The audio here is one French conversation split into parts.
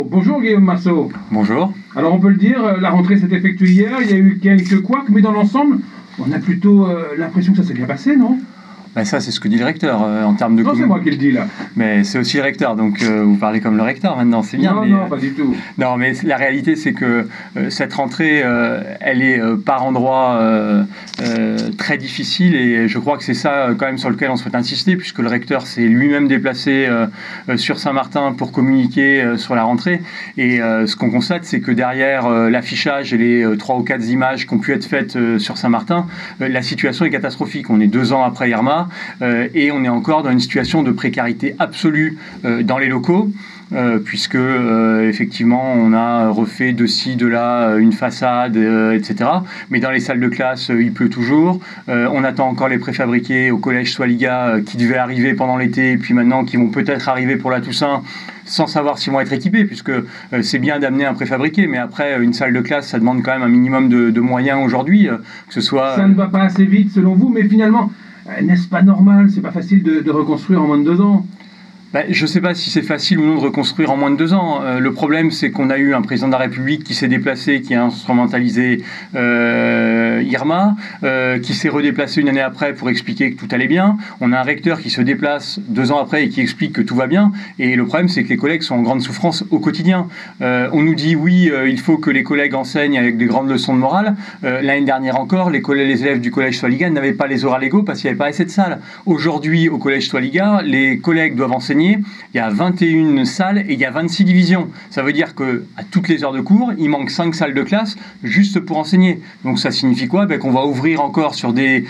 Bonjour Guillaume Marceau. Bonjour. Alors on peut le dire, la rentrée s'est effectuée hier, il y a eu quelques couacs, mais dans l'ensemble, on a plutôt l'impression que ça s'est bien passé, non ? Ben ça, c'est ce que dit le recteur en termes de... Non, c'est moi qui le dis là. Mais c'est aussi le recteur, donc vous parlez comme le recteur maintenant, c'est bien. Non, mais, non, pas du tout. Non, mais la réalité, c'est que cette rentrée, elle est par endroits très difficile, et je crois que c'est ça quand même sur lequel on souhaite insister, puisque le recteur s'est lui-même déplacé sur Saint-Martin pour communiquer sur la rentrée. Et ce qu'on constate, c'est que derrière l'affichage et les 3 ou 4 images qui ont pu être faites sur Saint-Martin, la situation est catastrophique. On est 2 ans après Irma. Et on est encore dans une situation de précarité absolue dans les locaux. Puisque effectivement on a refait de ci, de là une façade, etc. Mais dans les salles de classe, il pleut toujours. On attend encore les préfabriqués au collège Swaliga qui devaient arriver pendant l'été, et puis maintenant qui vont peut-être arriver pour la Toussaint, sans savoir s'ils vont être équipés, puisque c'est bien d'amener un préfabriqué, mais après, une salle de classe, ça demande quand même un minimum de moyens aujourd'hui, que ce soit... Ça ne va pas assez vite selon vous, mais finalement, n'est-ce pas normal ? C'est pas facile de reconstruire en moins de 2 ans. Je ne sais pas si c'est facile ou non de reconstruire en moins de 2 ans. Le problème, c'est qu'on a eu un président de la République qui s'est déplacé, qui a instrumentalisé Irma, qui s'est redéplacé une année après pour expliquer que tout allait bien. On a un recteur qui se déplace 2 ans après et qui explique que tout va bien. Et le problème, c'est que les collègues sont en grande souffrance au quotidien. On nous dit, oui, il faut que les collègues enseignent avec des grandes leçons de morale. L'année dernière encore, les élèves du collège Swaliga n'avaient pas les horaires légaux parce qu'il n'y avait pas assez de salles. Aujourd'hui, au collège Swaliga, les collègues doivent enseigner. Il y a 21 salles et il y a 26 divisions. Ça veut dire qu'à toutes les heures de cours, il manque 5 salles de classe juste pour enseigner. Donc ça signifie quoi ? Qu'on va ouvrir encore sur des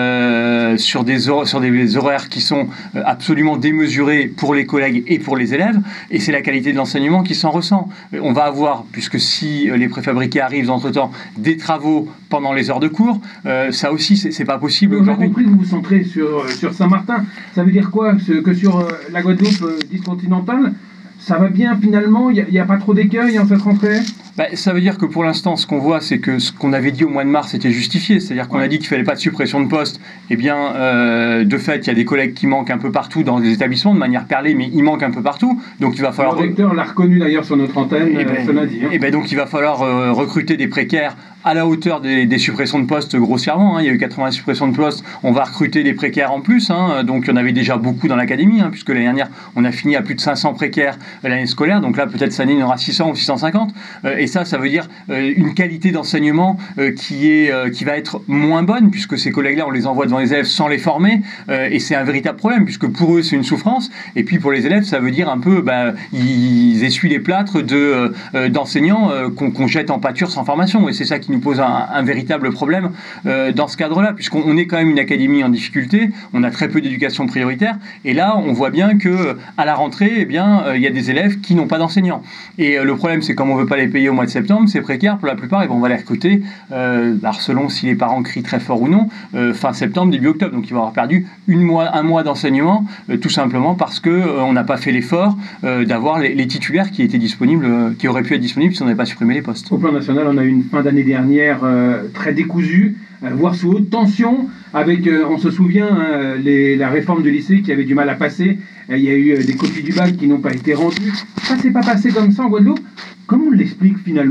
horaires qui sont absolument démesurés pour les collègues et pour les élèves. Et c'est la qualité de l'enseignement qui s'en ressent. On va avoir, puisque si les préfabriqués arrivent entre-temps, des travaux pendant les heures de cours, ça aussi, c'est pas possible aujourd'hui. On a compris que vous vous centrez sur Saint-Martin. Ça veut dire quoi ? Que sur la Guadeloupe discontinentale, ça va bien finalement, il n'y a pas trop d'écueils en cette rentrée ? Ça veut dire que pour l'instant, ce qu'on voit, c'est que ce qu'on avait dit au mois de mars était justifié. C'est-à-dire qu'on a dit qu'il ne fallait pas de suppression de postes. Eh bien, de fait, il y a des collègues qui manquent un peu partout dans les établissements, de manière perlée, mais ils manquent un peu partout. Donc il va falloir... Le recteur l'a reconnu d'ailleurs sur notre antenne ce lundi. Donc il va falloir recruter des précaires à la hauteur des suppressions de postes grossièrement. Il y a eu 80 suppressions de postes. On va recruter des précaires en plus. Donc il y en avait déjà beaucoup dans l'académie, puisque l'année dernière, on a fini à plus de 500 précaires l'année scolaire. Donc là, peut-être cette année, il y en aura 600 ou 650. Et ça veut dire une qualité d'enseignement qui va être moins bonne, puisque ces collègues-là, on les envoie devant les élèves sans les former. Et c'est un véritable problème, puisque pour eux, c'est une souffrance. Et puis pour les élèves, ça veut dire un peu, ils essuient les plâtres d'enseignants qu'on jette en pâture sans formation. Et c'est ça qui nous pose un véritable problème dans ce cadre-là, puisqu'on est quand même une académie en difficulté, on a très peu d'éducation prioritaire, et là, on voit bien que à la rentrée, il y a des élèves qui n'ont pas d'enseignants. Et le problème, c'est comme on ne veut pas les payer au mois de septembre, c'est précaire pour la plupart, et on va les recruter, selon si les parents crient très fort ou non, fin septembre, début octobre. Donc ils vont avoir perdu un mois d'enseignement, tout simplement parce qu'on n'a pas fait l'effort d'avoir les titulaires qui étaient disponibles, qui auraient pu être disponibles si on n'avait pas supprimé les postes. Au plan national, on a eu une fin d'année dernière très décousue, voire sous haute tension, avec, on se souvient, la réforme du lycée qui avait du mal à passer. Il y a eu des copies du bac qui n'ont pas été rendues. Ça s'est pas passé comme ça en Guadeloupe. Comment on l'explique finalement ?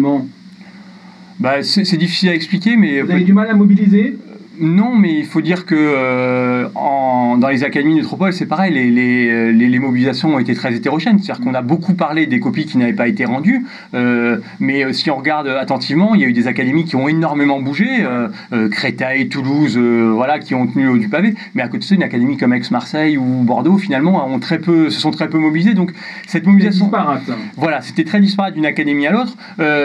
C'est difficile à expliquer, mais... Vous avez du mal à mobiliser ? Non, mais il faut dire que dans les académies métropoles, c'est pareil, les mobilisations ont été très hétérogènes. C'est-à-dire qu'on a beaucoup parlé des copies qui n'avaient pas été rendues, mais si on regarde attentivement, il y a eu des académies qui ont énormément bougé, Créteil, Toulouse, qui ont tenu le haut du pavé. Mais à côté de ça, une académie comme Aix-Marseille ou Bordeaux, finalement, se sont très peu mobilisées. Donc cette mobilisation... C'est disparate. Voilà, c'était très disparate d'une académie à l'autre.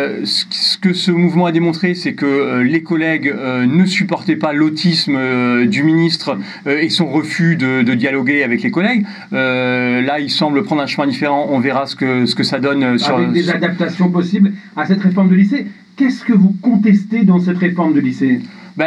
Ce que ce mouvement a démontré, c'est que les collègues ne supportaient pas l'autisme du ministre et son refus de dialoguer avec les collègues. Là, il semble prendre un chemin différent. On verra ce que ça donne. Avec des adaptations possibles à cette réforme de lycée. Qu'est-ce que vous contestez dans cette réforme de lycée ?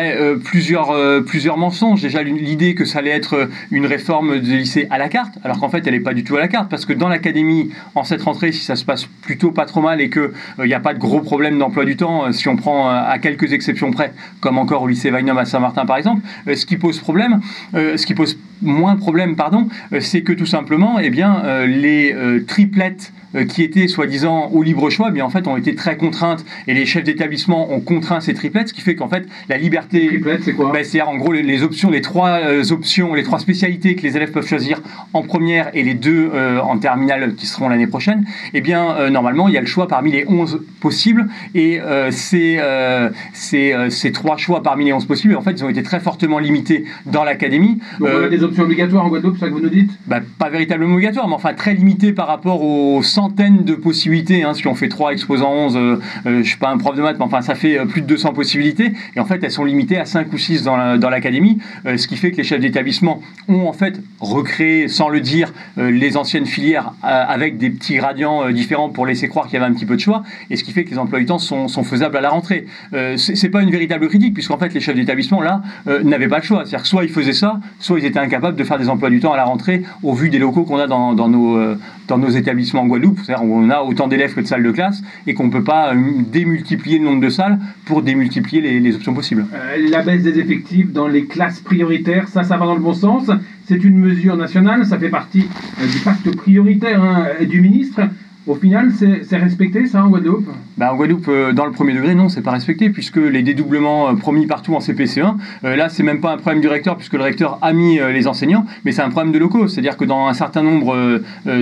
Plusieurs mensonges. Déjà, l'idée que ça allait être une réforme de lycée à la carte, alors qu'en fait, elle n'est pas du tout à la carte, parce que dans l'académie, en cette rentrée, si ça se passe plutôt pas trop mal et qu'il n'y a pas de gros problèmes d'emploi du temps, si on prend à quelques exceptions près, comme encore au lycée Weinheim à Saint-Martin, par exemple, ce qui pose moins problème, pardon, c'est que tout simplement, eh bien, les triplettes qui étaient soi-disant au libre choix, bien en fait ont été très contraintes et les chefs d'établissement ont contraint ces triplettes, ce qui fait qu'en fait la liberté, triplettes, c'est quoi? C'est-à-dire en gros les options, les trois options, les trois spécialités que les élèves peuvent choisir en première et les deux en terminale qui seront l'année prochaine, eh bien normalement il y a le choix parmi les 11 possibles et ces trois choix parmi les 11 possibles, en fait ils ont été très fortement limités dans l'académie. Donc on a des options obligatoires en Guadeloupe, c'est ça que vous nous dites? Pas véritablement obligatoires, mais enfin très limités par rapport aux centaines de possibilités, si on fait 3 exposants 11, je ne suis pas un prof de maths, mais enfin ça fait plus de 200 possibilités, et en fait elles sont limitées à 5 ou 6 dans l'académie, ce qui fait que les chefs d'établissement ont en fait recréé, sans le dire, les anciennes filières avec des petits gradients différents pour laisser croire qu'il y avait un petit peu de choix, et ce qui fait que les emplois du temps sont faisables à la rentrée. C'est pas une véritable critique, puisqu'en fait les chefs d'établissement là n'avaient pas le choix, c'est-à-dire que soit ils faisaient ça, soit ils étaient incapables de faire des emplois du temps à la rentrée au vu des locaux qu'on a dans nos établissements en Guadeloupe, c'est-à-dire où on a autant d'élèves que de salles de classe et qu'on ne peut pas démultiplier le nombre de salles pour démultiplier les options possibles. La baisse des effectifs dans les classes prioritaires, ça va dans le bon sens. C'est une mesure nationale, ça fait partie du pacte prioritaire du ministre. Au final, c'est respecté ça en Guadeloupe? En Guadeloupe, dans le premier degré, non, c'est pas respecté, puisque les dédoublements promis partout en CPC1, là, c'est même pas un problème du recteur, puisque le recteur a mis les enseignants, mais c'est un problème de locaux. C'est-à-dire que dans un certain nombre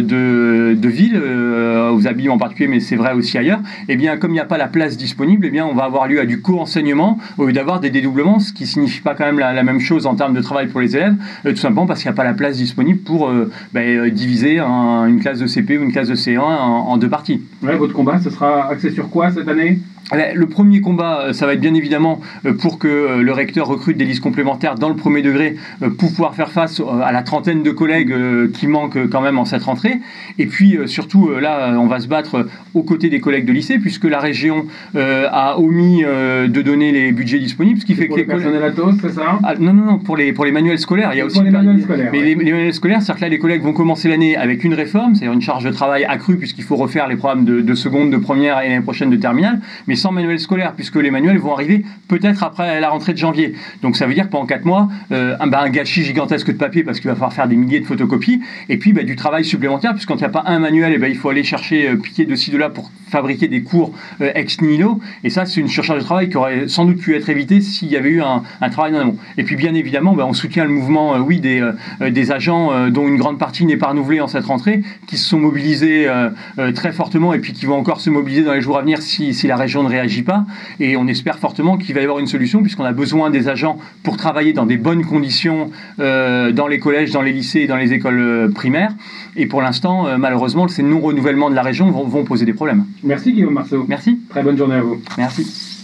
de villes, aux Abymes en particulier, mais c'est vrai aussi ailleurs, eh bien, comme il n'y a pas la place disponible, eh bien, on va avoir lieu à du co-enseignement au lieu d'avoir des dédoublements, ce qui signifie pas quand même la même chose en termes de travail pour les élèves, tout simplement parce qu'il n'y a pas la place disponible pour diviser une classe de CP ou une classe de CE1 en deux parties. Ouais, votre combat, ce sera axé sur quoi cette année? Le premier combat, ça va être bien évidemment pour que le recteur recrute des listes complémentaires dans le premier degré pour pouvoir faire face à la trentaine de collègues qui manquent quand même en cette rentrée. Et puis surtout, là, on va se battre aux côtés des collègues de lycée, puisque la région a omis de donner les budgets disponibles, ce qui fait pour que les personnels ATOS, c'est ça? Non, pour les manuels scolaires. Il y a aussi les manuels scolaires. Mais les manuels scolaires, c'est-à-dire que là, les collègues vont commencer l'année avec une réforme, c'est-à-dire une charge de travail accrue, puisqu'il faut refaire les programmes de seconde, de première et l'année prochaine de terminale, mais sans manuel scolaire, puisque les manuels vont arriver peut-être après la rentrée de janvier. Donc ça veut dire que pendant 4 mois, un gâchis gigantesque de papier, parce qu'il va falloir faire des milliers de photocopies, et puis du travail supplémentaire, puisque quand il n'y a pas un manuel, il faut aller chercher piquer de ci, de là pour fabriquer des cours ex nihilo, et ça c'est une surcharge de travail qui aurait sans doute pu être évitée s'il y avait eu un travail en amont. Et puis bien évidemment, on soutient le mouvement des agents dont une grande partie n'est pas renouvelée en cette rentrée, qui se sont mobilisés très fortement, et puis qui vont encore se mobiliser dans les jours à venir si la région ne réagit pas, et on espère fortement qu'il va y avoir une solution, puisqu'on a besoin des agents pour travailler dans des bonnes conditions dans les collèges, dans les lycées et dans les écoles primaires, et pour l'instant malheureusement ces non-renouvellements de la région vont poser des problèmes. Merci Guillaume Marceau. Merci. Très bonne journée à vous. Merci.